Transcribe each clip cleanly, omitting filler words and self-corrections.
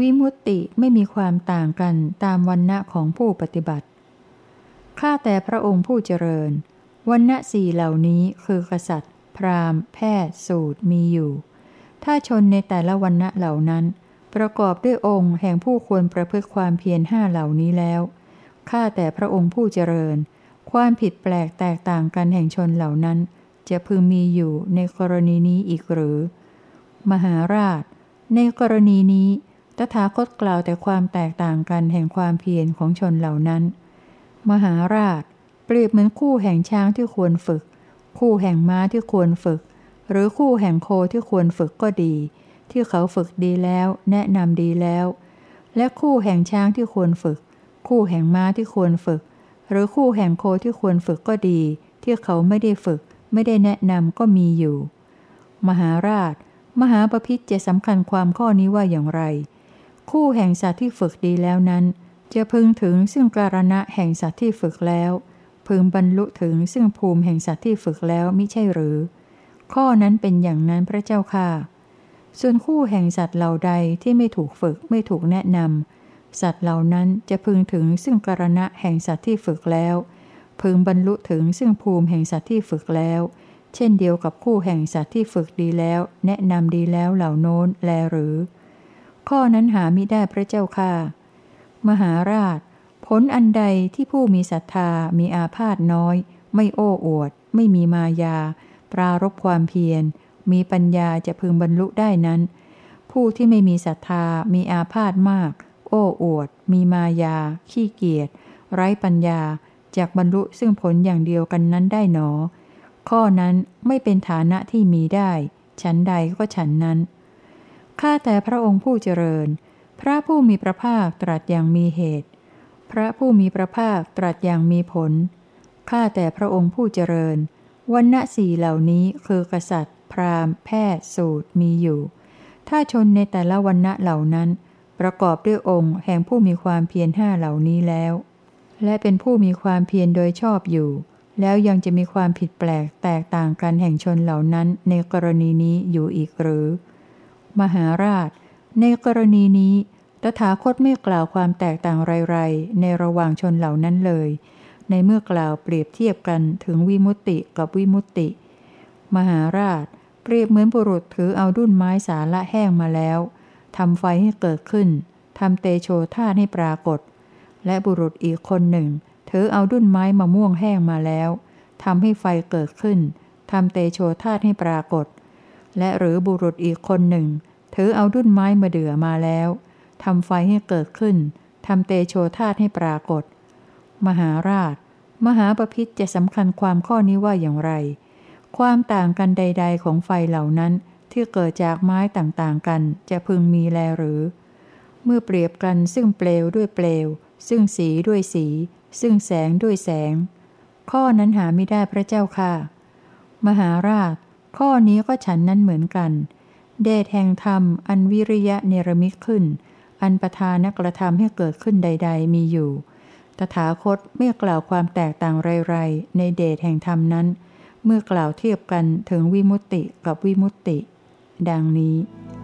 วิมุตติไม่มีความต่างกันตามวรรณะของผู้ปฏิบัติข้าแต่พระองค์ผู้เจริญวรรณะสี่เหล่านี้คือกษัตริย์พราหมณ์แพทย์สูตรมีอยู่ถ้าชนในแต่ละวรรณะเหล่านั้นประกอบด้วยองค์แห่งผู้ควรประพฤติความเพียรห้าเหล่านี้แล้วข้าแต่พระองค์ผู้เจริญความผิดแปลกแตกต่างกันแห่งชนเหล่านั้นจะพึงมีอยู่ในกรณีนี้อีกหรือมหาราชในกรณีนี้ตถาคตกล่าวแต่ความแตกต่างกันแห่งความเพียรของชนเหล่านั้นมหาราชเปรียบเหมือนคู่แห่งช้างที่ควรฝึกคู่แห่งม้าที่ควรฝึกหรือคู่แห่งโคที่ควรฝึกก็ดีที่เขาฝึกดีแล้วแนะนำดีแล้วและคู่แห่งช้างที่ควรฝึกคู่แห่งม้าที่ควรฝึกหรือคู่แห่งโคที่ควรฝึกก็ดีที่เขาไม่ได้ฝึกไม่ได้แนะนำก็มีอยู่มหาราชมหาบพิตรจะสำคัญความข้อนี้ว่าอย่างไรคู่แห่งสัตว์ที่ฝึกดีแล้วนั้นจะพึงถึงซึ่งการณะแห่งสัตว์ที่ฝึกแล้วพึงบรรลุถึงซึ่งภูมิแห่งสัตว์ที่ฝึกแล้วมิใช่หรือข้อนั้นเป็นอย่างนั้นพระเจ้าค่ะส่วนคู่แห่งสัตว์เหล่าใดที่ไม่ถูกฝึกไม่ถูกแนะนำสัตว์เหล่านั้นจะพึงถึงซึ่งการณะแห่งสัตว์ที่ฝึกแล้วพึงบรรลุถึงซึ่งภูมิแห่งสัตว์ที่ฝึกแล้วเช่นเดียวกับคู่แห่งสัตว์ที่ฝึกดีแล้วแนะนำดีแล้วเหล่าโน้นแลหรือข้อนั้นหามิได้พระเจ้าค่ะมหาราชผลอันใดที่ผู้มีศรัทธามีอาพาธน้อยไม่โอ้อวดไม่มีมายาปรารภความเพียรมีปัญญาจะพึงบรรลุได้นั้นผู้ที่ไม่มีศรัทธามีอาพาธมากโอ้อวดมีมายาขี้เกียจไร้ปัญญาจากบรรลุซึ่งผลอย่างเดียวกันนั้นได้หนอข้อนั้นไม่เป็นฐานะที่มีได้ฉันใดก็ฉันนั้นข้าแต่พระองค์ผู้เจริญพระผู้มีพระภาคตรัสอย่างมีเหตุพระผู้มีพระภาคตรัสอย่างมีผลข้าแต่พระองค์ผู้เจริญวรรณะสี่เหล่านี้คือกษัตริย์พราหมณ์แพทย์สูตรมีอยู่ถ้าชนในแต่ละวรรณะเหล่านั้นประกอบด้วยองค์แห่งผู้มีความเพียรห้าเหล่านี้แล้วและเป็นผู้มีความเพียรโดยชอบอยู่แล้วยังจะมีความผิดแปลกแตกต่างกันแห่งชนเหล่านั้นในกรณีนี้อยู่อีกหรือมหาราชในกรณีนี้ตถาคตไม่กล่าวความแตกต่างไรๆในระหว่างชนเหล่านั้นเลยในเมื่อกล่าวเปรียบเทียบกันถึงวิมุตติกับวิมุตติมหาราชเปรียบเหมือนบุรุษถือเอาดุ้นไม้สาละแห้งมาแล้วทำไฟให้เกิดขึ้นทำเตโชธาตุให้ปรากฏและบุรุษอีกคนหนึ่งถือเอาดุ้นไม้มะม่วงแห้งมาแล้วทำให้ไฟเกิดขึ้นทำเตโชธาตุให้ปรากฏและหรือบุรุษอีกคนหนึ่งถือเอาดุ้นไม้มะเดื่อมาแล้วทำไฟให้เกิดขึ้นทำเตโชธาตุให้ปรากฏมหาราชมหาบพิตรจะสำคัญความข้อนี้ว่าอย่างไรความต่างกันใดๆของไฟเหล่านั้นที่เกิดจากไม้ต่างๆกันจะพึงมีแลหรือเมื่อเปรียบกันซึ่งเปลวด้วยเปลวซึ่งสีด้วยสีซึ่งแสงด้วยแสงข้อนั้นหาไม่ได้พระเจ้าค่ะมหาราชข้อนี้ก็ฉันนั้นเหมือนกันเดชแห่งธรรมอันวิริยะเนรมิตขึ้นอันประทานกระทำให้เกิดขึ้นใดๆมีอยู่ตถาคตไม่กล่าวความแตกต่างไรๆในเดชแห่งธรรมนั้นเมื่อกล่าวเทียบกันถึงวิมุตติกับวิมุตติดังนี้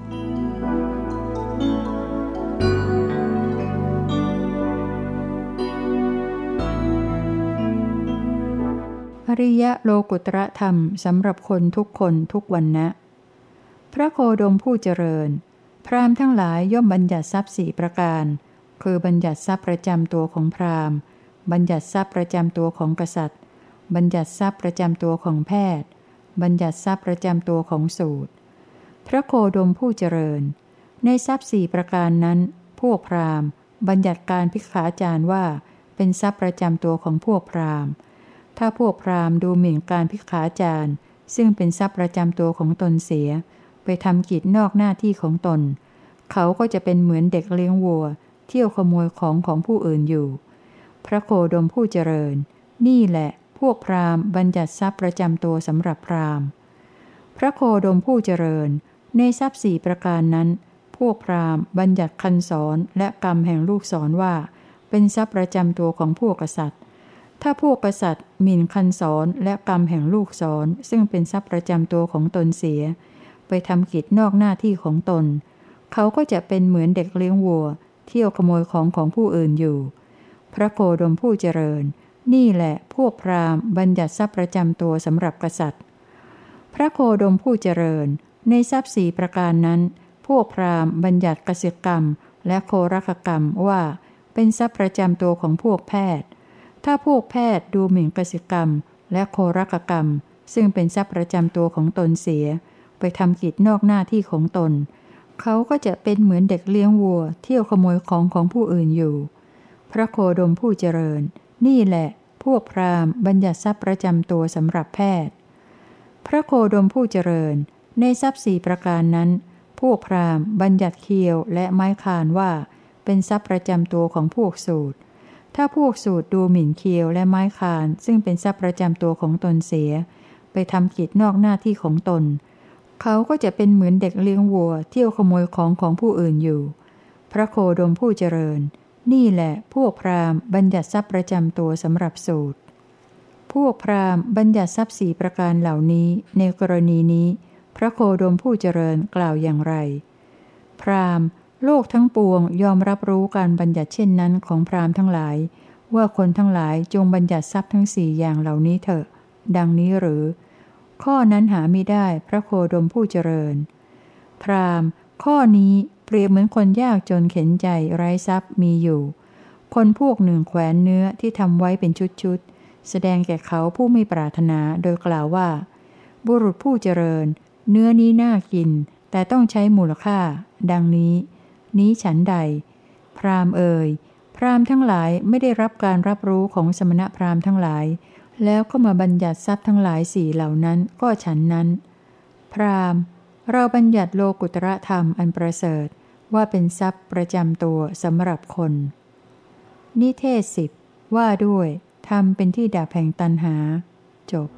อริยโลกุตระธรรมสำหรับคนทุกคนทุกวรรณะพระโคดมผู้เจริญพราหมณ์ทั้งหลายย่อมบัญญัติทรัพย์สี่ประการคือบัญญัติทรัพย์ประจำตัวของพราหมณ์บัญญัติทรัพย์ประจำตัวของกษัตริย์บัญญัติทรัพย์ประจำตัวของแพทย์บัญญัติทรัพย์ประจำตัวของสูตรพระโคดมผู้เจริญในทรัพย์สี่ประการนั้นพวกพราหมณ์บัญญัติการภิกขาจารว่าเป็นทรัพย์ประจำตัวของพวกพราหมณ์ถ้าพวกพราหมณ์ดูหมิ่นการภิกขาจารซึ่งเป็นทรัพย์ประจำตัวของตนเสียไปทำกิจนอกหน้าที่ของตนเขาก็จะเป็นเหมือนเด็กเลี้ยงวัวเที่ยวขโมยของผู้อื่นอยู่พระโคดมผู้เจริญนี่แหละพวกพราหมณ์บัญญัติทรัพย์ประจำตัวสำหรับพราหมณ์พระโคดมผู้เจริญในทรัพย์สี่ประการนั้นพวกพราหมณ์บัญญัติคันศรและกรรมแห่งลูกศรว่าเป็นทรัพย์ประจำตัวของพวกกษัตริย์ถ้าพวกกษัตริย์หมิ่นคันศรและกรรมแห่งลูกศรซึ่งเป็นทรัพย์ประจำตัวของตนเสียไปทำกิจนอกหน้าที่ของตนเขาก็จะเป็นเหมือนเด็กเลี้ยงวัวเที่ยวขโมยของผู้อื่นอยู่พระโคดมผู้เจริญนี่แหละพวกพราหมณ์บัญญัติทรัพย์ประจำตัวสำหรับกษัตริย์พระโคดมผู้เจริญในทรัพย์4ประการนั้นพวกพราหมณ์บัญญัติกสิกรรมและโครคกรรมว่าเป็นทรัพย์ประจำตัวของพวกแพทย์ถ้าพวกแพทย์ดูหมิ่นกสิกรรมและโครคกรรมซึ่งเป็นทรัพย์ประจำตัวของตนเสียไปทำกิจนอกหน้าที่ของตนเขาก็จะเป็นเหมือนเด็กเลี้ยงวัวเที่ยวขโมยของผู้อื่นอยู่พระโคดมผู้เจริญนี่แหละพวกพราหมณ์บัญญัติทรัพย์ประจำตัวสำหรับแพทย์พระโคดมผู้เจริญในทรัพย์4ประการนั้นพวกพราหมณ์บัญญัติเคียวและไม้คานว่าเป็นทรัพย์ประจำตัวของพวกสูตรถ้าพวกสูตรดูหมิ่นเคียวและไม้คานซึ่งเป็นทรัพย์ประจำตัวของตนเสียไปทำกิจนอกหน้าที่ของตนเขาก็จะเป็นเหมือนเด็กเลี้ยงวัวเที่ยวขโมยของผู้อื่นอยู่พระโคดมผู้เจริญนี่แหละพวกพราหมณ์บัญญัติทรัพย์ประจำตัวสำหรับสูตรพวกพราหมณ์บัญญัติทรัพย์4ประการเหล่านี้ในกรณีนี้พระโคดมผู้เจริญกล่าวอย่างไรพราหมณ์โลกทั้งปวงยอมรับรู้การบัญญัติเช่นนั้นของพราหมณ์ทั้งหลายว่าคนทั้งหลายจงบัญญัติทรัพย์ทั้ง4อย่างเหล่านี้เถอะดังนี้หรือข้อนั้นหาไม่ได้พระโคดมผู้เจริญพราหมณ์ข้อนี้เปรียบเหมือนคนยากจนเข็ญใจไร้ทรัพย์มีอยู่คนพวกหนึ่งแขวนเนื้อที่ทำไว้เป็นชุดๆแสดงแก่เขาผู้ไม่ปรารถนาโดยกล่าวว่าบุรุษผู้เจริญเนื้อนี้น่ากินแต่ต้องใช้มูลค่าดังนี้ฉันใดพราหมณ์เอ่ยพราหมณ์ทั้งหลายไม่ได้รับการรับรู้ของสมณพราหมณ์ทั้งหลายแล้วก็มาบัญญัติทรัพย์ทั้งหลาย4เหล่านั้นก็ฉันนั้นพราหมณ์เราบัญญัติโลกุตระธรรมอันประเสริฐว่าเป็นทรัพย์ประจำตัวสำหรับคนนิเทศ10ว่าด้วยธรรมเป็นที่ดับแห่งตัณหาจบ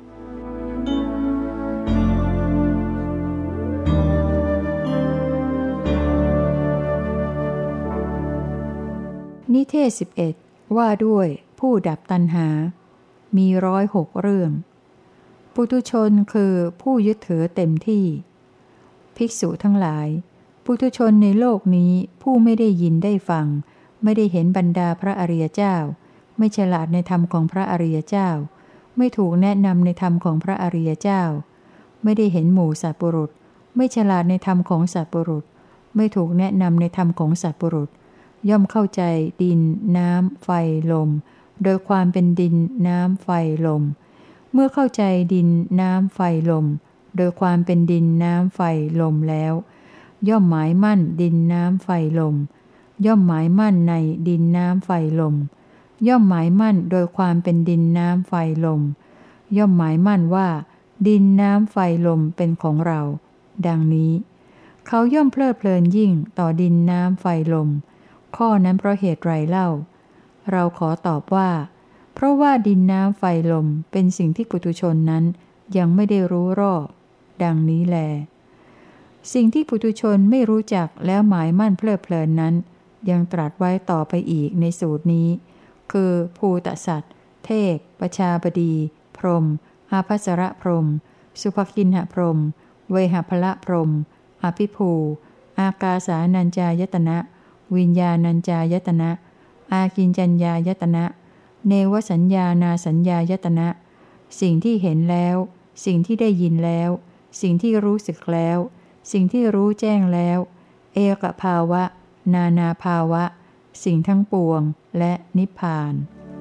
นิเทศ11ว่าด้วยผู้ดับตัณหามี106เรื่องปุถุชนคือผู้ยึดถือเต็มที่ภิกษุทั้งหลายปุถุชนในโลกนี้ผู้ไม่ได้ยินได้ฟังไม่ได้เห็นบรรดาพระอริยเจ้าไม่ฉลาดในธรรมของพระอริยเจ้าไม่ถูกแนะนำในธรรมของพระอริยเจ้าไม่ได้เห็นหมู่สัตว์บุรุษไม่ฉลาดในธรรมของสัตว์บุรุษไม่ถูกแนะนำในธรรมของสัตว์บุรุษย่อมเข้าใจดินน้ำไฟลมโดยความเป็นดินน้ำไฟลมเมื่อเข้าใจดินน้ำไฟลมโดยความเป็นดินน้ำไฟลมแล้วย่อมหมายมั่นดินน้ำไฟลมย่อมหมายมั่นในดินน้ำไฟลมย่อมหมายมั่นโดยความเป็นดินน้ำไฟลมย่อมหมายมั่นว่าดินน้ำไฟลมเป็นของเราดังนี้เขาย่อมเพลิดเพลินยิ่งต่อดินน้ำไฟลมข้อนั้นเพราะเหตุไรเล่าเราขอตอบว่าเพราะว่าดินน้ำไฟลมเป็นสิ่งที่ปุถุชนนั้นยังไม่ได้รู้รอบดังนี้แลสิ่งที่ปุถุชนไม่รู้จักแล้วหมายมั่นเพลิดเพลินนั้นยังตรัสไว้ต่อไปอีกในสูตรนี้คือภูตสัตว์เทพประชาบดีพรหมอาภัสรพรหมสุภคินหพรหมเวหพละพรหมอภิภูอากาสานัญจายตนะวิญญาณัญจายตนะอากิญจัญญายตนะเนวสัญญานาสัญญายตนะสิ่งที่เห็นแล้วสิ่งที่ได้ยินแล้วสิ่งที่รู้สึกแล้วสิ่งที่รู้แจ้งแล้วเอกภาวะนานาภาวะสิ่งทั้งปวงและนิพพาน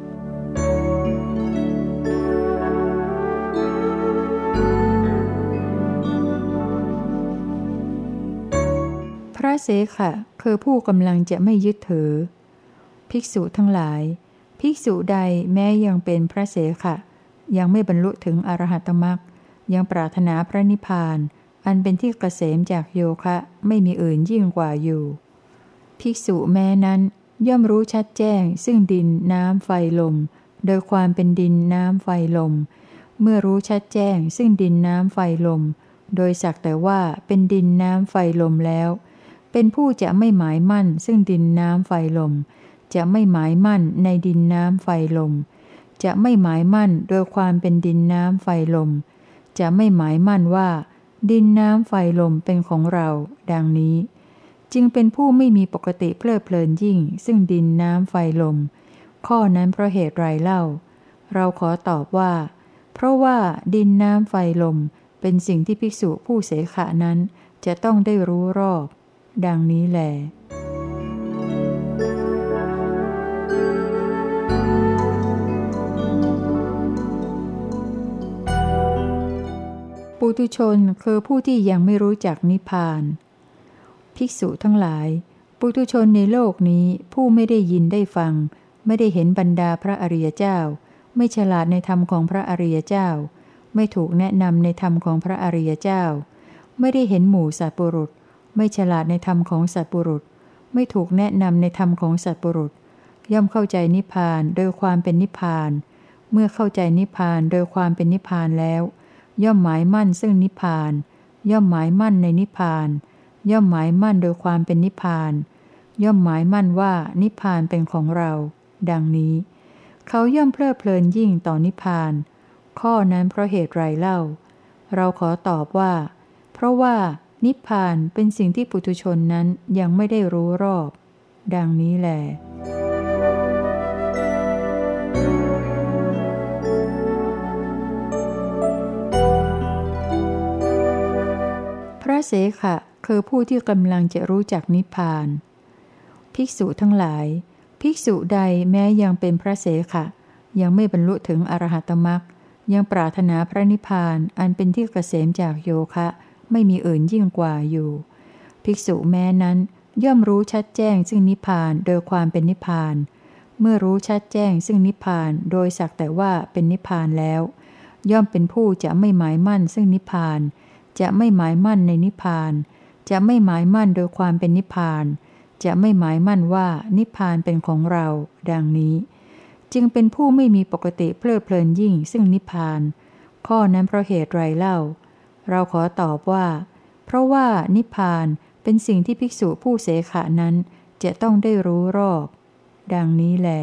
พระเสขะคือผู้กำลังจะไม่ยึดถือภิกษุทั้งหลายภิกษุใดแม้ยังเป็นพระเสขะยังไม่บรรลุถึงอรหัตมรรคยังปรารถนาพระนิพพานอันเป็นที่เกษมจากโยคะไม่มีอื่นยิ่งกว่าอยู่ภิกษุแม้นั้นย่อมรู้ชัดแจ้งซึ่งดินน้ำไฟลมโดยความเป็นดินน้ำไฟลมเมื่อรู้ชัดแจ้งซึ่งดินน้ำไฟลมโดยสักแต่ว่าเป็นดินน้ำไฟลมแล้วเป็นผู้จะไม่หมายมั่นซึ่งดินน้ำไฟลมจะไม่หมายมั่นในดินน้ำไฟลมจะไม่หมายมั่นโดยความเป็นดินน้ำไฟลมจะไม่หมายมั่นว่าดินน้ำไฟลมเป็นของเราดังนี้จึงเป็นผู้ไม่มีปกติเพลิดเพลินยิ่งซึ่งดินน้ำไฟลมข้อนั้นเพราะเหตุไรเล่าเราขอตอบว่าเพราะว่าดินน้ำไฟลมเป็นสิ่งที่ภิกษุผู้เสขะนั้นจะต้องได้รู้รอบดังนี้แลปุถุชนคือผู้ที่ยังไม่รู้จักนิพพานภิกษุทั้งหลายปุถุชนในโลกนี้ผู้ไม่ได้ยินได้ฟังไม่ได้เห็นบรรดาพระอริยเจ้าไม่ฉลาดในธรรมของพระอริยเจ้าไม่ถูกแนะนำในธรรมของพระอริยเจ้าไม่ได้เห็นหมู่สัตว์ปุรุษไม่ฉลาดในธรรมของสัตว์ปุรุษไม่ถูกแนะนำในธรรมของสัตว์ปุรุษย่อมเข้าใจนิพพานโดยความเป็นนิพพานเมื่อเข้าใจนิพพานโดยความเป็นนิพพานแล้วย่อมหมายมั่นซึ่งนิพพานย่อมหมายมั่นในนิพพานย่อมหมายมั่นโดยความเป็นนิพพานย่อมหมายมั่นว่านิพพานเป็นของเราดังนี้เขาย่อมเพลิดเพลินยิ่งต่อนิพพานข้อนั้นเพราะเหตุไรเล่าเราขอตอบว่าเพราะว่านิพพานเป็นสิ่งที่ปุถุชนนั้นยังไม่ได้รู้รอบดังนี้แลพระเสขะคือผู้ที่กำลังจะรู้จักนิพพานภิกษุทั้งหลายภิกษุใดแม้ยังเป็นพระเสขะยังไม่บรรลุถึงอรหัตมรรคยังปรารถนาพระนิพพานอันเป็นที่เกษมจากโยคะไม่มีอื่นยิ่งกว่าอยู่ภิกษุแม้นั้นย่อมรู้ชัดแจ้งซึ่งนิพพานโดยความเป็นนิพพานเมื่อรู้ชัดแจ้งซึ่งนิพพานโดยสักแต่ว่าเป็นนิพพานแล้วย่อมเป็นผู้จะไม่หมายมั่นซึ่งนิพพานจะไม่หมายมั่นในนิพพานจะไม่หมายมั่นโดยความเป็นนิพพานจะไม่หมายมั่นว่านิพพานเป็นของเราดังนี้จึงเป็นผู้ไม่มีปกติเพลิดเพลินยิ่งซึ่งนิพพานข้อนั้นเพราะเหตุไรเล่าเราขอตอบว่าเพราะว่านิพพานเป็นสิ่งที่ภิกษุผู้เสขะนั้นจะต้องได้รู้รอบดังนี้แล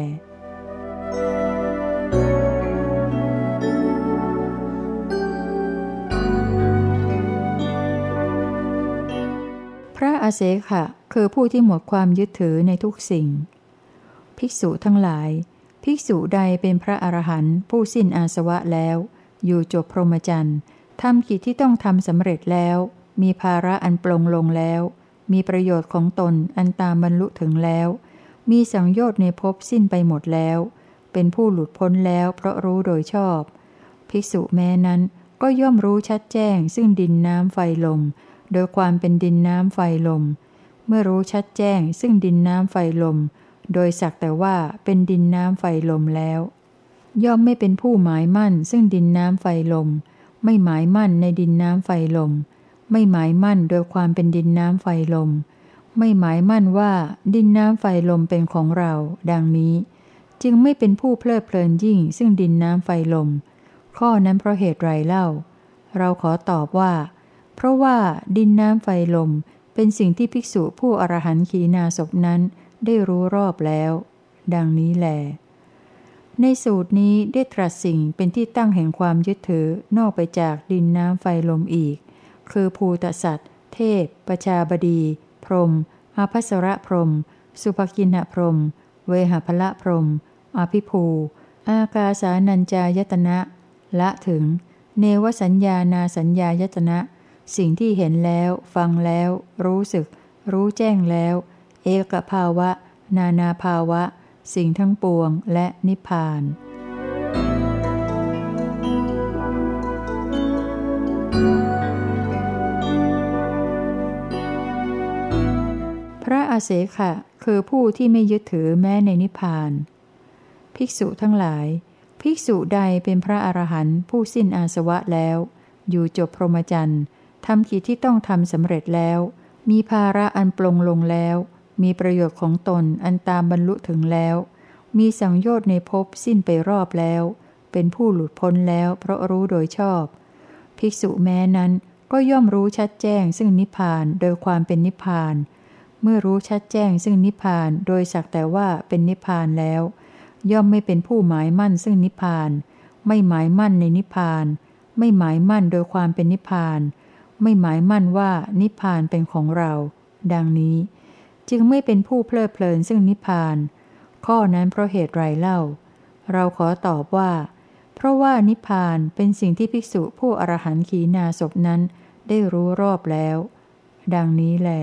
พระอาเสขะคือผู้ที่หมดความยึดถือในทุกสิ่งภิกษุทั้งหลายภิกษุใดเป็นพระอรหันต์ผู้สิ้นอาสวะแล้วอยู่จบพรหมจรรย์ทำกิจที่ต้องทำสำเร็จแล้วมีภาระอันปลงลงแล้วมีประโยชน์ของตนอันตามบรรลุถึงแล้วมีสังโยชน์ในภพสิ้นไปหมดแล้วเป็นผู้หลุดพ้นแล้วเพราะรู้โดยชอบภิกษุแม้นั้นก็ย่อมรู้ชัดแจ้งซึ่งดินน้ำไฟลมโดยความเป็นดินน้ำไฟลมเมื่อรู้ชัดแจ้งซึ่งดินน้ำไฟลมโดยสักแต่ว่าเป็นดินน้ำไฟลมแล้วย่อมไม่เป็นผู้หมายมั่นซึ่งดินน้ำไฟลมไม่หมายมั่นในดินน้ำไฟลมไม่หมายมั่นโดยความเป็นดินน้ำไฟลมไม่หมายมั่นว่าดินน้ำไฟลมเป็นของเราดังนี้จึงไม่เป็นผู้เพลิดเพลินยิ่งซึ่งดินน้ำไฟลมข้อนั้นเพราะเหตุไรเล่าเราขอตอบว่าเพราะว่าดินน้ำไฟลมเป็นสิ่งที่ภิกษุผู้อรหันต์ขีณาสพนั้นได้รู้รอบแล้วดังนี้แลในสูตรนี้ได้ตรัสสิ่งเป็นที่ตั้งแห่งความยึดถือนอกไปจากดินน้ำไฟลมอีกคือภูตสัตว์เทพประชาบดีพรหมอาภัสรพรหมสุภกินหพรหมเวหพละพรหมอภิภูอากาสานัญจายตนะละถึงเนวสัญญานาสัญญายตนะสิ่งที่เห็นแล้วฟังแล้วรู้สึกรู้แจ้งแล้วเอกภาวะนานาภาวะสิ่งทั้งปวงและนิพพานพระอาเสขะคือผู้ที่ไม่ยึดถือแม้ในนิพพานภิกษุทั้งหลายภิกษุใดเป็นพระอรหันต์ผู้สิ้นอาสวะแล้วอยู่จบพรหมจรรย์ทำกิจที่ต้องทำสำเร็จแล้วมีภาระอันปลงลงแล้วมีประโยชน์ของตนอันตามบรรลุถึงแล้วมีสังโยชน์ในภพสิ้นไปรอบแล้วเป็นผู้หลุดพ้นแล้วเพราะรู้โดยชอบภิกษุแม้นั้นก็ย่อมรู้ชัดแจ้งซึ่งนิพพานโดยความเป็นนิพพานเมื่อรู้ชัดแจ้งซึ่งนิพพานโดยสักแต่ว่าเป็นนิพพานแล้วย่อมไม่เป็นผู้หมายมั่นซึ่งนิพพานไม่หมายมั่นในนิพพานไม่หมายมั่นโดยความเป็นนิพพานไม่หมายมั่นว่านิพพานเป็นของเราดังนี้จึงไม่เป็นผู้เพลิดเพลินซึ่งนิพพานข้อนั้นเพราะเหตุไรเล่าเราขอตอบว่าเพราะว่านิพพานเป็นสิ่งที่ภิกษุผู้อรหันต์ขีณาสพนั้นได้รู้รอบแล้วดังนี้แล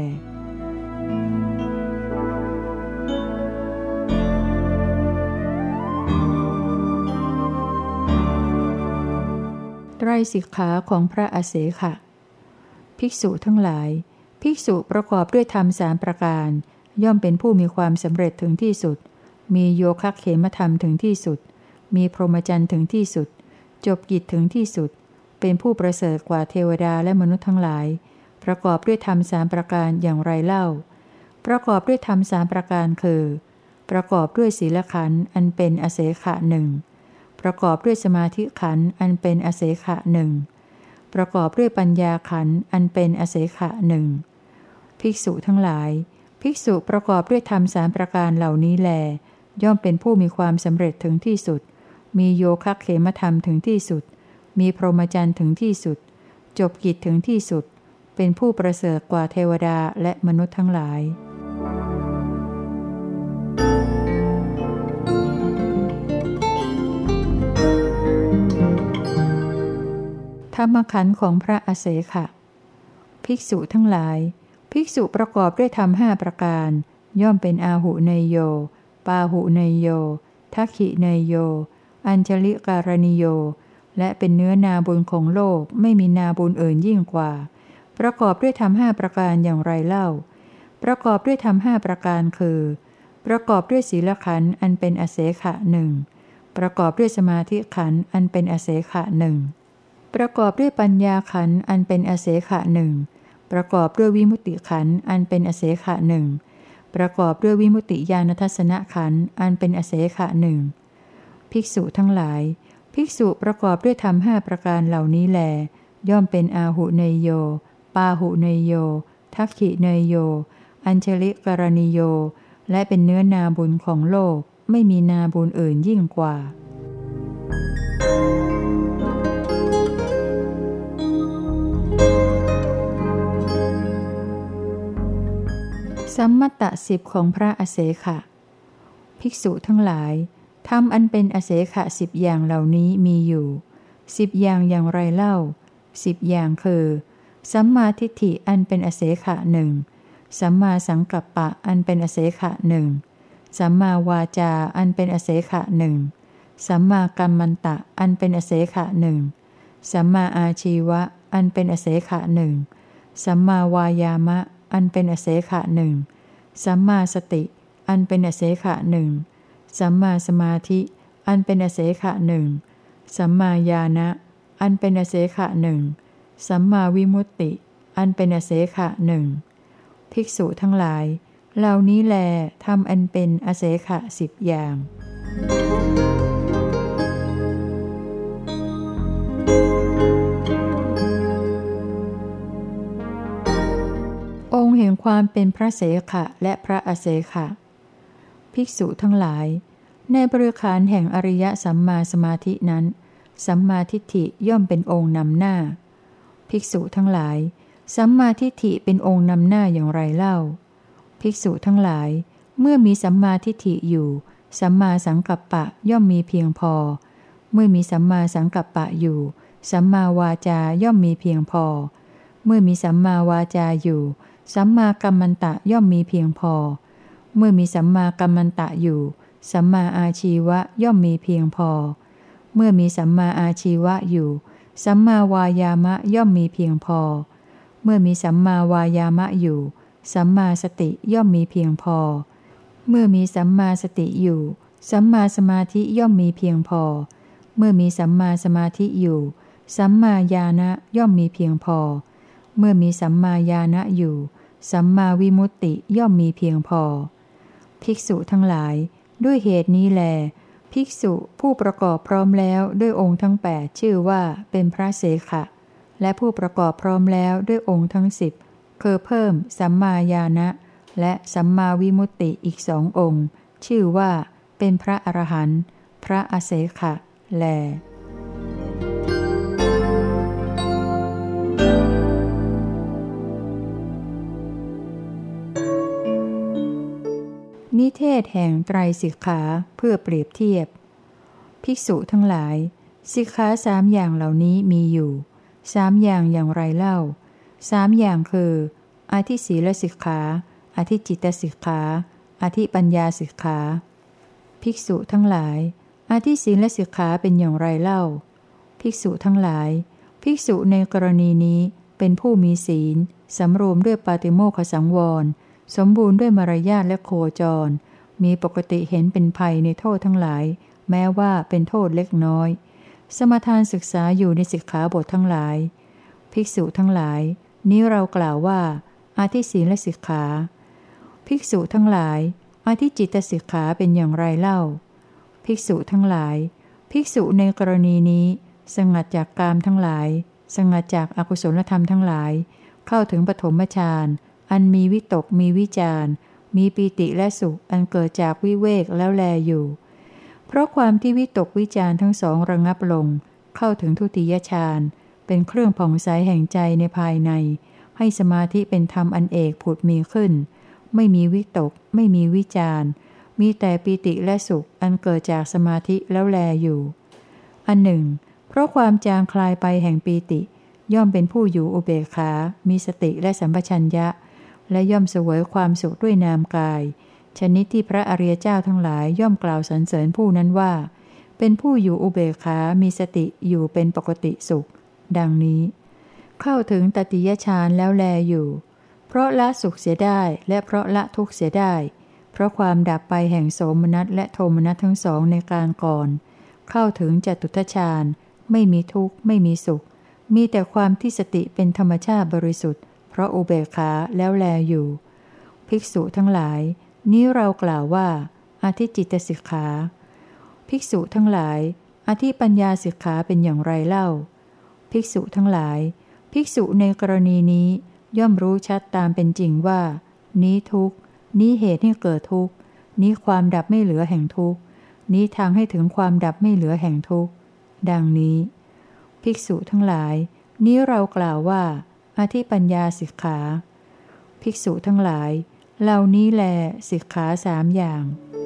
ไตรสิกขาของพระอาเสขะภิกษุทั้งหลายภิกษุประกอบด้วยธรรมสามประการย่อมเป็นผู้มีความสำเร็จถึงที่สุดมีโยคะเขมธรรมถึงที่สุดมีพรหมจรรย์ถึงที่สุดจบกิจถึงที่สุดเป็นผู้ประเสริฐกว่าเทวดาและมนุษย์ทั้งหลายประกอบด้วยธรรมสามประการอย่างไรเล่าประกอบด้วยธรรมสามประการคือประกอบด้วยศีลขันธ์อันเป็นอเสขะหนึ่งประกอบด้วยสมาธิขันธ์อันเป็นอเสขะหนึ่งประกอบด้วยปัญญาขันธ์อันเป็นอเสขะหนึ่งภิกษุทั้งหลายภิกษุประกอบด้วยธรรมสามประการเหล่านี้แลย่อมเป็นผู้มีความสำเร็จถึงที่สุดมีโยคะเขมธรรมถึงที่สุดมีพรหมจรรย์ถึงที่สุดจบกิจถึงที่สุดเป็นผู้ประเสริฐกว่าเทวดาและมนุษย์ทั้งหลายธรรมขันธ์ของพระอาเสขะภิกษุทั้งหลายภิกษุประกอบด้วยธรรมห้าประการย่อมเป็นอาหุเนยโยปาหุเนยโยทักขิเนยโยอัญชลิการณิโยและเป็นเนื้อนาบุญของโลกไม่มีนาบุญอื่นยิ่งกว่าประกอบด้วยธรรมห้าประการอย่างไรเล่าประกอบด้วยธรรมห้าประการคือประกอบด้วยศีลขันธ์อันเป็นอเสขะหนึ่งประกอบด้วยสมาธิขันธ์อันเป็นอเสขะหนึ่งประกอบด้วยปัญญาขันธ์อันเป็นอเสขะหนึ่งประกอบด้วยวิมุตติขันธ์อันเป็นอเสขะหนึ่งประกอบด้วยวิมุตติญาณทัสสนขันธ์อันเป็นอเสขะหนึ่งภิกษุทั้งหลายภิกษุประกอบด้วยธรรมห้าประการเหล่านี้แลย่อมเป็นอาหุเนยโยปาหุเนยโยทักขิเนยโยอัญชลิการณิโยและเป็นเนื้อนาบุญของโลกไม่มีนาบุญอื่นยิ่งกว่าสัมมัตตสิบของพระอาเสขะภิกษุทั้งหลายธรรมอันเป็นอเสขะสิบอย่างเหล่านี้มีอยู่10อย่างไรเล่า10อย่างคือสัมมาทิฏฐิอันเป็นอเสขะหนึ่งสัมมาสังกัปปะอันเป็นอเสขะหนึ่งสัมมาวาจาอันเป็นอเสขะหนึ่งสัมมากัมมันตะอันเป็นอเสขะหนึ่งสัมมาอาชีวะอันเป็นอเสขะหนึ่งสัมมาวายามะอันเป็นอเสขะหนึ่งสัมมาสติอันเป็นอเสขะหนึ่งสัมมาสมาธิอันเป็นอเสขะหนึ่งสัมมาญาณะอันเป็นอเสขะหนึ่งสัมมาวิมุตติอันเป็นอเสขะหนึ่งภิกษุทั้งหลายเหล่านี้แลทำอันเป็นอเสขะ10อย่างองค์แห่งความเป็นพระเสขะและพระอเสขะภิกษุทั้งหลายในบริขารแห่งอริยสัมมาสมาธินั้นสัมมาทิฏฐิย่อมเป็นองค์นำหน้าภิกษุทั้งหลายสัมมาทิฏฐิเป็นองค์นำหน้าอย่างไรเล่าภิกษุทั้งหลายเมื่อมีสัมมาทิฏฐิอยู่สัมมาสังกัปปะย่อมมีเพียงพอเมื่อมีสัมมาสังกัปปะอยู่สัมมาวาจาย่อมมีเพียงพอเมื่อมีสัมมาวาจาอยู่สัมมากัมมันตะย่อมมีเพียงพอเมื่อมีสัมมากัมมันตะอยู่สัมมาอาชีวะย่อมมีเพียงพอเมื่อมีสัมมาอาชีวะอยู่สัมมาวายามะย่อมมีเพียงพอเมื่อมีสัมมาวายามะอยู่สัมมาสติย่อมมีเพียงพอเมื่อมีสัมมาสติอยู่สัมมาสมาธิย่อมมีเพียงพอเมื่อมีสัมมาสมาธิอยู่สัมมาญาณะย่อมมีเพียงพอเมื่อมีสัมมาญาณะอยู่สัมมาวิมุตติย่อมมีเพียงพอภิกษุทั้งหลายด้วยเหตุนี้แลภิกษุผู้ประกอบพร้อมแล้วด้วยองค์ทั้ง8ชื่อว่าเป็นพระเสขะและผู้ประกอบพร้อมแล้วด้วยองค์ทั้ง10คือเพิ่มสัมมาญาณะและสัมมาวิมุตติอีก2องค์ชื่อว่าเป็นพระอรหันต์พระอเสขะแลนิเทศแห่งไตรสิกขาเพื่อเปรียบเทียบภิกษุทั้งหลายสิกขาสามอย่างเหล่านี้มีอยู่สามอย่างไรเล่าสามอย่างคืออธิศีลสิกขาอธิจิตตสิกขาอธิปัญญาสิกขาภิกษุทั้งหลายอธิศีลสิกขาเป็นอย่างไรเล่าภิกษุทั้งหลายภิกษุในกรณีนี้เป็นผู้มีศีลสำรวมด้วยปาติโมกขสังวรสมบูรณ์ด้วยมารยาทและโคจรมีปกติเห็นเป็นภัยในโทษทั้งหลายแม้ว่าเป็นโทษเล็กน้อยสมทานศึกษาอยู่ในสิกขาบททั้งหลายภิกษุทั้งหลายนี้เรากล่าวว่าอธิศีลสิกขาภิกษุทั้งหลายอธิจิตตสิกขาเป็นอย่างไรเล่าภิกษุทั้งหลายภิกษุในกรณีนี้สงัดจากกามทั้งหลายสงัดจากอกุศลธรรมทั้งหลายเข้าถึงปฐมฌานอันมีวิตกมีวิจารมีปีติและสุขอันเกิดจากวิเวกแล้วแลอยู่เพราะความที่วิตกวิจารทั้งสองระงับลงเข้าถึงทุติยฌานเป็นเครื่องผ่องใสแห่งใจในภายในให้สมาธิเป็นธรรมอันเอกผุดมีขึ้นไม่มีวิตกไม่มีวิจารมีแต่ปีติและสุขอันเกิดจากสมาธิแล้วแลอยู่อันหนึ่งเพราะความจางคลายไปแห่งปีติย่อมเป็นผู้อยู่อุเบกขามีสติและสัมปชัญญะและย่อมเสวยความสุขด้วยนามกายชนิดที่พระอริยเจ้าทั้งหลายย่อมกล่าวสรรเสริญผู้นั้นว่าเป็นผู้อยู่อุเบกขามีสติอยู่เป็นปกติสุขดังนี้เข้าถึงตติยฌานแล้วแลอยู่เพราะละสุขเสียได้และเพราะละทุกข์เสียได้เพราะความดับไปแห่งโสมนัสและโทมนัสทั้งสองในการก่อนเข้าถึงจตุตฌานไม่มีทุกข์ไม่มีสุขมีแต่ความที่สติเป็นธรรมชาติบริสุทธิ์เพราะอุเบกขาแล้วแลอยู่ภิกษุทั้งหลายนี้เรากล่าวว่าอธิจิตตสิกขาภิกษุทั้งหลายอธิปัญญาสิกขาเป็นอย่างไรเล่าภิกษุทั้งหลายภิกษุในกรณีนี้ย่อมรู้ชัดตามเป็นจริงว่านี้ทุกข์นี้เหตุให้เกิดทุกข์นี้ความดับไม่เหลือแห่งทุกข์นี้ทางให้ถึงความดับไม่เหลือแห่งทุกข์ดังนี้ภิกษุทั้งหลายนี้เรากล่าวว่าอธิปัญญาสิกขาภิกษุทั้งหลายเหล่านี้แลสิกขาสามอย่าง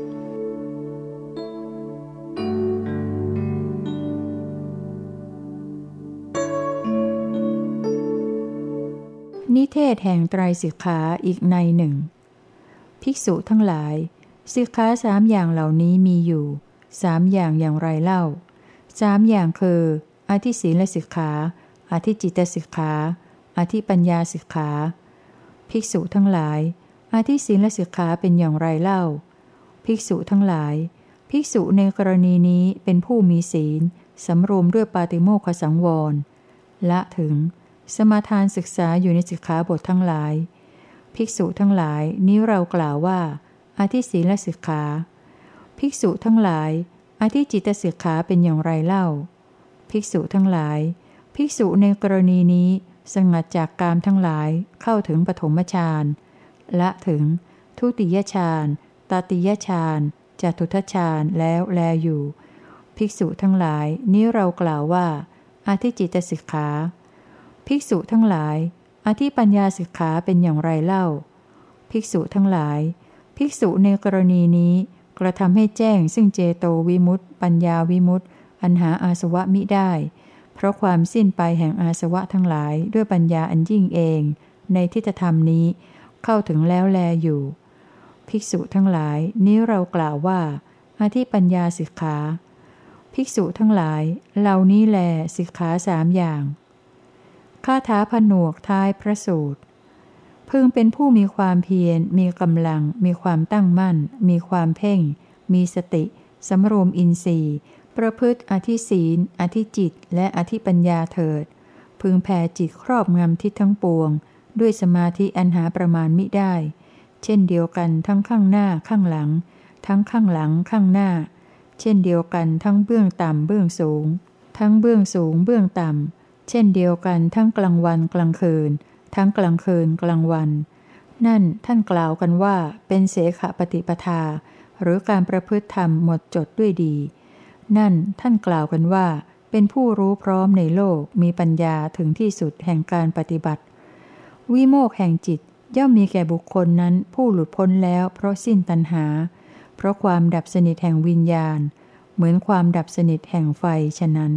นิเทศแห่งไตรสิกขาอีกในหนึ่งภิกษุทั้งหลายสิกขาสามอย่างเหล่านี้มีอยู่สามอย่างไรเล่าสามอย่างคืออธิศีลสิกขาอธิจิตตสิกขาอธิปัญญาสิกขาภิกษุทั้งหลายอธิศีลสิกขาเป็นอย่างไรเล่าภิกษุทั้งหลายภิกษุในกรณีนี้เป็นผู้มีศีลสำรวมด้วยปาติโมกขสังวรละถึงสมาทานศึกษาอยู่ในสิกขาบททั้งหลายภิกษุทั้งหลายนี้เรากล่าวว่าอธิศีลสิกขาภิกษุทั้งหลายอธิจิตตสิกขาเป็นอย่างไรเล่าภิกษุทั้งหลายภิกษุในกรณีนี้สงัดจากกามทั้งหลายเข้าถึงปฐมฌานละถึงทุติยฌานตติยฌานจตุตฌานแล้วแลอยู่ภิกษุทั้งหลายนี้เรากล่าวว่าอธิจิตตสิกขาภิกษุทั้งหลายอธิปัญญาสิกขาเป็นอย่างไรเล่าภิกษุทั้งหลายภิกษุในกรณีนี้กระทำให้แจ้งซึ่งเจโตวิมุตติปัญญาวิมุตติอันหาอาสวะมิได้เพราะความสิ้นไปแห่งอาสวะทั้งหลายด้วยปัญญาอันยิ่งเองในทิฏฐธรรมนี้เข้าถึงแล้วแลอยู่ภิกษุทั้งหลายนี้เรากล่าวว่าอธิปัญญาสิกขาภิกษุทั้งหลายเหล่านี้แลสิกขาสามอย่างคาถาผนวกท้ายพระสูตรพึงเป็นผู้มีความเพียรมีกำลังมีความตั้งมั่นมีความเพ่งมีสติสำรวมอินทรีย์ประพฤติอธิศีลอธิจิตและอธิปัญญาเถิดพึงแผ่จิตครอบงำทิศทั้งปวงด้วยสมาธิอันหาประมาณมิได้เช่นเดียวกันทั้งข้างหน้าข้างหลังทั้งข้างหลังข้างหน้าเช่นเดียวกันทั้งเบื้องต่ำเบื้องสูงทั้งเบื้องสูงเบื้องต่ำเช่นเดียวกันทั้งกลางวันกลางคืนทั้งกลางคืนกลางวันนั่นท่านกล่าวกันว่าเป็นเสขปฏิปทาหรือการประพฤติธรรมหมดจดด้วยดีนั่นท่านกล่าวกันว่าเป็นผู้รู้พร้อมในโลกมีปัญญาถึงที่สุดแห่งการปฏิบัติวิโมกข์แห่งจิตย่อมมีแก่บุคคลนั้นผู้หลุดพ้นแล้วเพราะสิ้นตัณหาเพราะความดับสนิทแห่งวิญญาณเหมือนความดับสนิทแห่งไฟฉะนั้น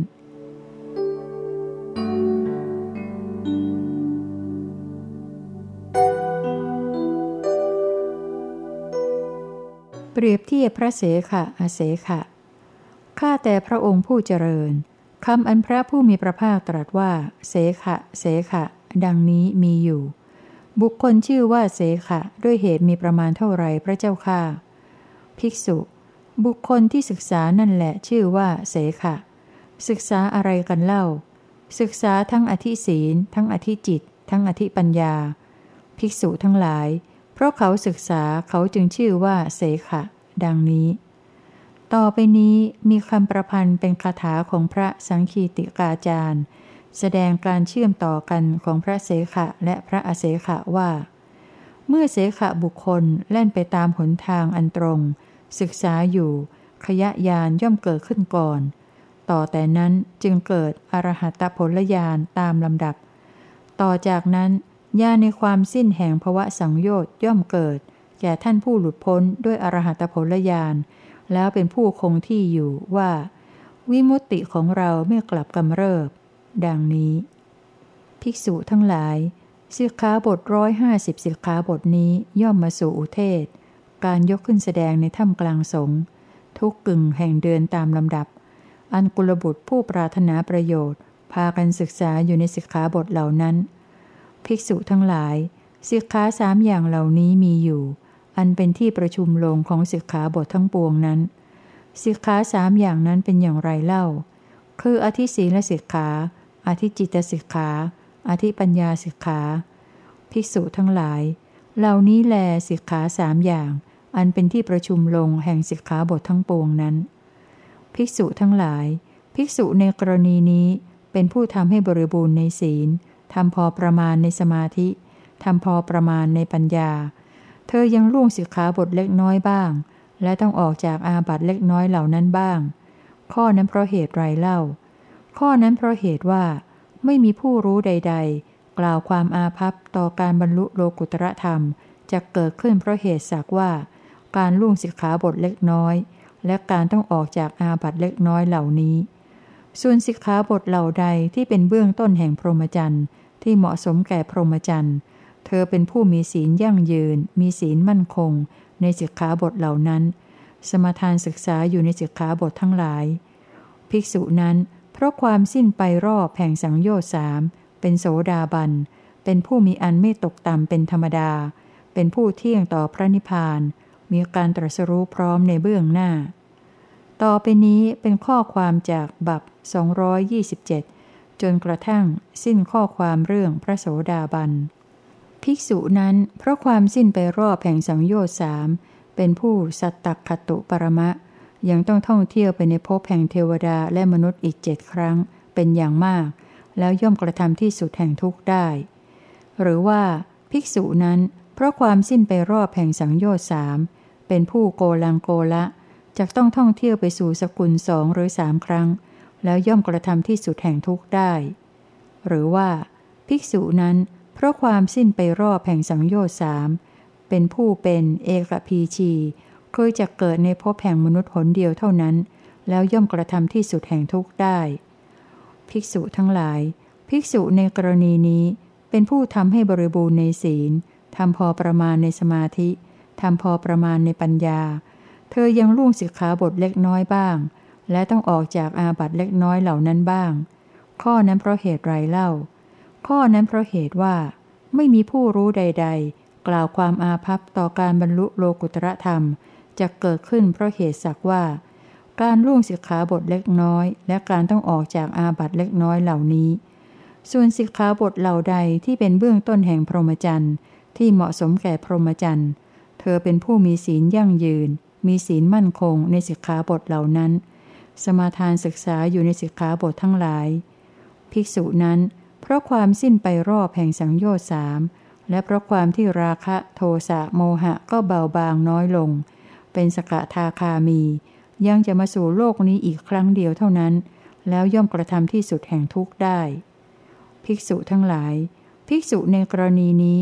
เปรียบเทียบพระเสขะอเสขะข้าแต่พระองค์ผู้เจริญคำอันพระผู้มีพระภาคตรัสว่าเสขะเสขะดังนี้มีอยู่บุคคลชื่อว่าเสขะด้วยเหตุมีประมาณเท่าไรพระเจ้าข้าภิกษุบุคคลที่ศึกษานั่นแหละชื่อว่าเสขะศึกษาอะไรกันเล่าศึกษาทั้งอธิศีลทั้งอธิจิตทั้งอธิปัญญาภิกษุทั้งหลายเพราะเขาศึกษาเขาจึงชื่อว่าเสขะดังนี้ต่อไปนี้มีคำประพันธ์เป็นคาถาของพระสังคีติกาจารย์แสดงการเชื่อมต่อกันของพระเสขะและพระอเสขะว่าเมื่อเสขะบุคคลแล่นไปตามหนทางอันตรงศึกษาอยู่ขยะญาณย่อมเกิดขึ้นก่อนต่อแต่นั้นจึงเกิดอรหัตผลญาณตามลำดับต่อจากนั้นญาณในความสิ้นแห่งภวสังโยชน์ย่อมเกิดแก่ท่านผู้หลุดพ้นด้วยอรหัตผลญาณแล้วเป็นผู้คงที่อยู่ว่าวิมุตติของเราไม่กลับกำเริบดังนี้ภิกษุทั้งหลายสิกขาบท150สิกขาบทนี้ย่อมมาสู่อุเทศการยกขึ้นแสดงในถ้ำกลางสงฆ์ทุกกึ่งแห่งเดือนตามลำดับอันกุลบุตรผู้ปรารถนาประโยชน์พากันศึกษาอยู่ในสิกขาบทเหล่านั้นภิกษุทั้งหลายสิกขา3อย่างเหล่านี้มีอยู่อันเป็นที่ประชุมลงของสิกขาบททั้งปวงนั้นสิกขา3อย่างนั้นเป็นอย่างไรเล่าคืออธิศีลสิกขาอธิจิตสิกขาอธิปัญญาสิกขาภิกษุทั้งหลายเหล่านี้แลสิกขา3อย่างอันเป็นที่ประชุมลงแห่งสิกขาบททั้งปวงนั้นภิกษุทั้งหลายภิกษุในกรณีนี้เป็นผู้ทำให้บริบูรณ์ในศีลทำพอประมาณในสมาธิทำพอประมาณในปัญญาเธอยังล่วงสิกขาบทเล็กน้อยบ้างและต้องออกจากอาบัติเล็กน้อยเหล่านั้นบ้างข้อนั้นเพราะเหตุไรเล่าข้อนั้นเพราะเหตุว่าไม่มีผู้รู้ใดๆกล่าวความอาภัพต่อการบรรลุโลกุตตรธรรมจะเกิดขึ้นเพราะเหตุสักว่าการล่วงสิกขาบทเล็กน้อยและการต้องออกจากอาบัติเล็กน้อยเหล่านี้ส่วนสิกขาบทเหล่าใดที่เป็นเบื้องต้นแห่งพรหมจรรย์ที่เหมาะสมแก่พรหมจรรย์เธอเป็นผู้มีศีลยั่งยืนมีศีลมั่นคงในสิกขาบทเหล่านั้นสมาทานศึกษาอยู่ในสิกขาบททั้งหลายภิกษุนั้นเพราะความสิ้นไปรอบแห่งสังโยชน์3เป็นโสดาบันเป็นผู้มีอันไม่ตกต่ำเป็นธรรมดาเป็นผู้เที่ยงต่อพระนิพพานมีการตรัสรู้พร้อมในเบื้องหน้าต่อไปนี้เป็นข้อความจากบัพ227จนกระทั่งสิ้นข้อความเรื่องพระโสดาบันภิกษุนั้นเพราะความสิ้นไปรอบแห่งสังโยชน์3เป็นผู้สัตตคตุปรมะยังต้องท่องเที่ยวไปในภพแห่งเทวดาและมนุษย์อีก7 ครั้งเป็นอย่างมากแล้วย่อมกระทำที่สุดแห่งทุกข์ได้หรือว่าภิกษุนั้นเพราะความสิ้นไปรอบแห่งสังโยชน์3เป็นผู้โกลังโกละจะต้องท่องเที่ยวไปสู่สกุล2 หรือ 3 ครั้งแล้วย่อมกระทำที่สุดแห่งทุกข์ได้หรือว่าภิกษุนั้นเพราะความสิ้นไปรอบแห่งสังโยชน์3เป็นผู้เป็นเอกพีชีเคยจะเกิดในภพแห่งมนุษย์หนเดียวเท่านั้นแล้วย่อมกระทำที่สุดแห่งทุกข์ได้ภิกษุทั้งหลายภิกษุในกรณีนี้เป็นผู้ทำให้บริบูรณ์ในศีลทำพอประมาณในสมาธิทำพอประมาณในปัญญาเธอยังล่วงสิกขาบทเล็กน้อยบ้างและต้องออกจากอาบัติเล็กน้อยเหล่านั้นบ้างข้อนั้นเพราะเหตุไรเล่าข้อนั้นเพราะเหตุว่าไม่มีผู้รู้ใดๆกล่าวความอาภัพต่อการบรรลุโลกุตรธรรมจะเกิดขึ้นเพราะเหตุสักว่าการล่วงสิกขาบทเล็กน้อยและการต้องออกจากอาบัติเล็กน้อยเหล่านี้ส่วนสิกขาบทเหล่าใดที่เป็นเบื้องต้นแห่งพรหมจรรย์ที่เหมาะสมแก่พรหมจรรย์เธอเป็นผู้มีศีลยั่งยืนมีศีลมั่นคงในสิกขาบทเหล่านั้นสมาทานศึกษาอยู่ในสิกขาบททั้งหลายภิกษุนั้นเพราะความสิ้นไปรอบแห่งสังโยชน์3และเพราะความที่ราคะโทสะโมหะก็เบาบางน้อยลงเป็นสกทาคามียังจะมาสู่โลกนี้อีกครั้งเดียวเท่านั้นแล้วย่อมกระทำที่สุดแห่งทุกข์ได้ภิกษุทั้งหลายภิกษุในกรณีนี้เป็น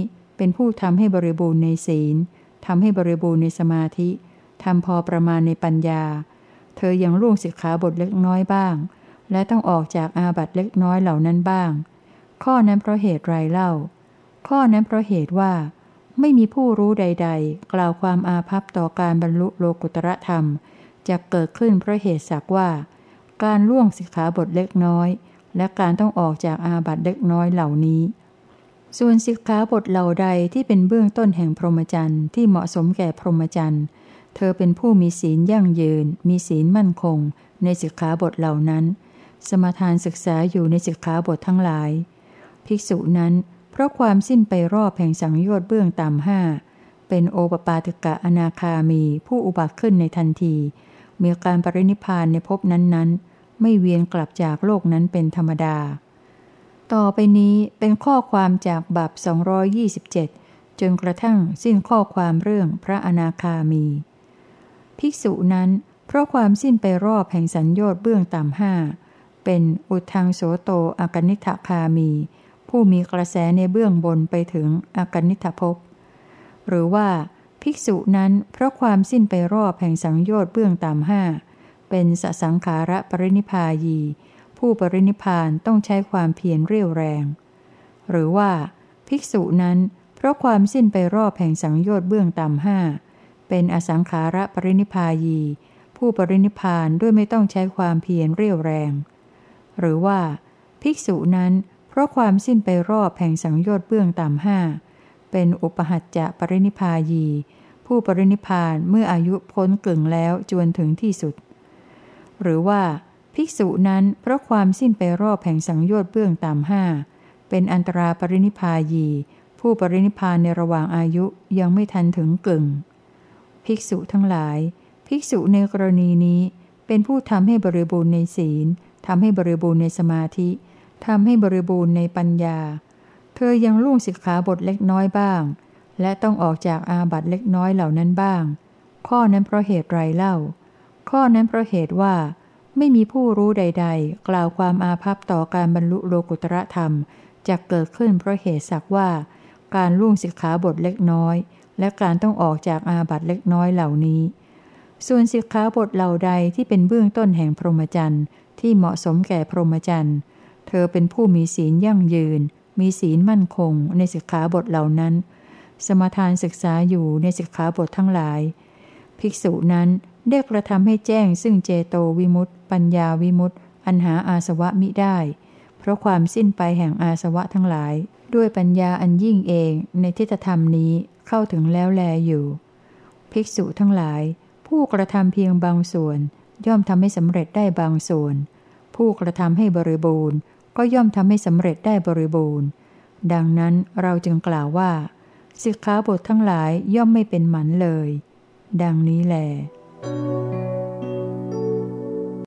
เป็นผู้ทำให้บริบูรณ์ในศีลทำให้บริบูรณ์ในสมาธิทำพอประมาณในปัญญาเธอยังล่วงสิกขาบทเล็กน้อยบ้างและต้องออกจากอาบัติเล็กน้อยเหล่านั้นบ้างข้อนั้นเพราะเหตุไรเล่าข้อนั้นเพราะเหตุว่าไม่มีผู้รู้ใดๆกล่าวความอาภัพต่อการบรรลุโลกุตรธรรมจะเกิดขึ้นเพราะเหตุสักว่าการล่วงสิกขาบทเล็กน้อยและการต้องออกจากอาบัติเล็กน้อยเหล่านี้ส่วนสิกขาบทเหล่าใดที่เป็นเบื้องต้นแห่งพรหมจรรย์ที่เหมาะสมแก่พรหมจรรย์เธอเป็นผู้มีศีลยั่งยืนมีศีลมั่นคงในสิกขาบทเหล่านั้นสมาทานศึกษาอยู่ในสิกขาบททั้งหลายภิกษุนั้นเพราะความสิ้นไปรอบแห่งสังโยชน์เบื้องต่ำห้าเป็นโอปปาติกะอนาคามีผู้อุบัติขึ้นในทันทีมีการปรินิพพานในภพนั้นๆไม่เวียนกลับจากโลกนั้นเป็นธรรมดาต่อไปนี้เป็นข้อความจากบัพ227จนกระทั่งสิ้นข้อความเรื่องพระอนาคามีภิกษุนั้นเพราะความสิ้นไปรอบแห่งสัญโยชน์เบื้องต่ำห้าเป็นอุทังโสโตอากนิทคามีผู้มีกระแสในเบื้องบนไปถึงอากนิทภพหรือว่าภิกษุนั้นเพราะความสิ้นไปรอบแห่งสังโยชน์เบื้องต่ำห้าเป็นสสังขาระปรินิพพายีผู้ปรินิพพานต้องใช้ความเพียรเรี่ยวแรงหรือว่าภิกษุนั้นเพราะความสิ้นไปรอบแห่งสังโยชน์เบื้องต่ำห้าเป็นอสังขาระปรินิพพายีผู้ปรินิพพานด้วยไม่ต้องใช้ความเพียรเรี่ยวแรงหรือว่าภิกษุนั้นเพราะความสิ้นไปรอบแห่งสังโยชน์เบื้องต่ำห้าเป็นอุปหัจจะปรินิพพายีผู้ปรินิพพานเมื่ออายุพ้นกึ่งแล้วจวนถึงที่สุดหรือว่าภิกษุนั้นเพราะความสิ้นไปรอบแห่งสังโยชน์เบื้องต่ำห้าเป็นอันตราปรินิพพายีผู้ปรินิพพานในระหว่างอายุยังไม่ทันถึงกึ่งภิกษุทั้งหลายภิกษุในกรณีนี้เป็นผู้ทำให้บริบูรณ์ในศีลทำให้บริบูรณ์ในสมาธิทำให้บริบูรณ์ในปัญญาเธอยังล่วงสิกขาบทเล็กน้อยบ้างและต้องออกจากอาบัติเล็กน้อยเหล่านั้นบ้างข้อนั้นเพราะเหตุไรเล่าข้อนั้นเพราะเหตุว่าไม่มีผู้รู้ใดๆกล่าวความอาภัพต่อการบรรลุโลกุตรธรรมจะเกิดขึ้นเพราะเหตุสักว่าการล่วงสิกขาบทเล็กน้อยและการต้องออกจากอาบัติเล็กน้อยเหล่านี้ส่วนสิกขาบทเหล่าใดที่เป็นเบื้องต้นแห่งพรหมจรรย์ที่เหมาะสมแก่พรหมจรรย์เธอเป็นผู้มีศีลยั่งยืนมีศีลมั่นคงในสิกขาบทเหล่านั้นสมาทานศึกษาอยู่ในสิกขาบททั้งหลายภิกษุนั้นได้กระทำให้แจ้งซึ่งเจโตวิมุตติปัญญาวิมุตติอันหาอาสวะมิได้เพราะความสิ้นไปแห่งอาสวะทั้งหลายด้วยปัญญาอันยิ่งเองในทิฏฐธรรมนี้เข้าถึงแล้วแลอยู่ภิกษุทั้งหลายผู้กระทำเพียงบางส่วนย่อมทำให้สำเร็จได้บางส่วนผู้กระทำให้บริบูรณ์ก็ย่อมทำให้สำเร็จได้บริบูรณ์ดังนั้นเราจึงกล่าวว่าสิกขาบททั้งหลายย่อมไม่เป็นหมันเลยดังนี้แล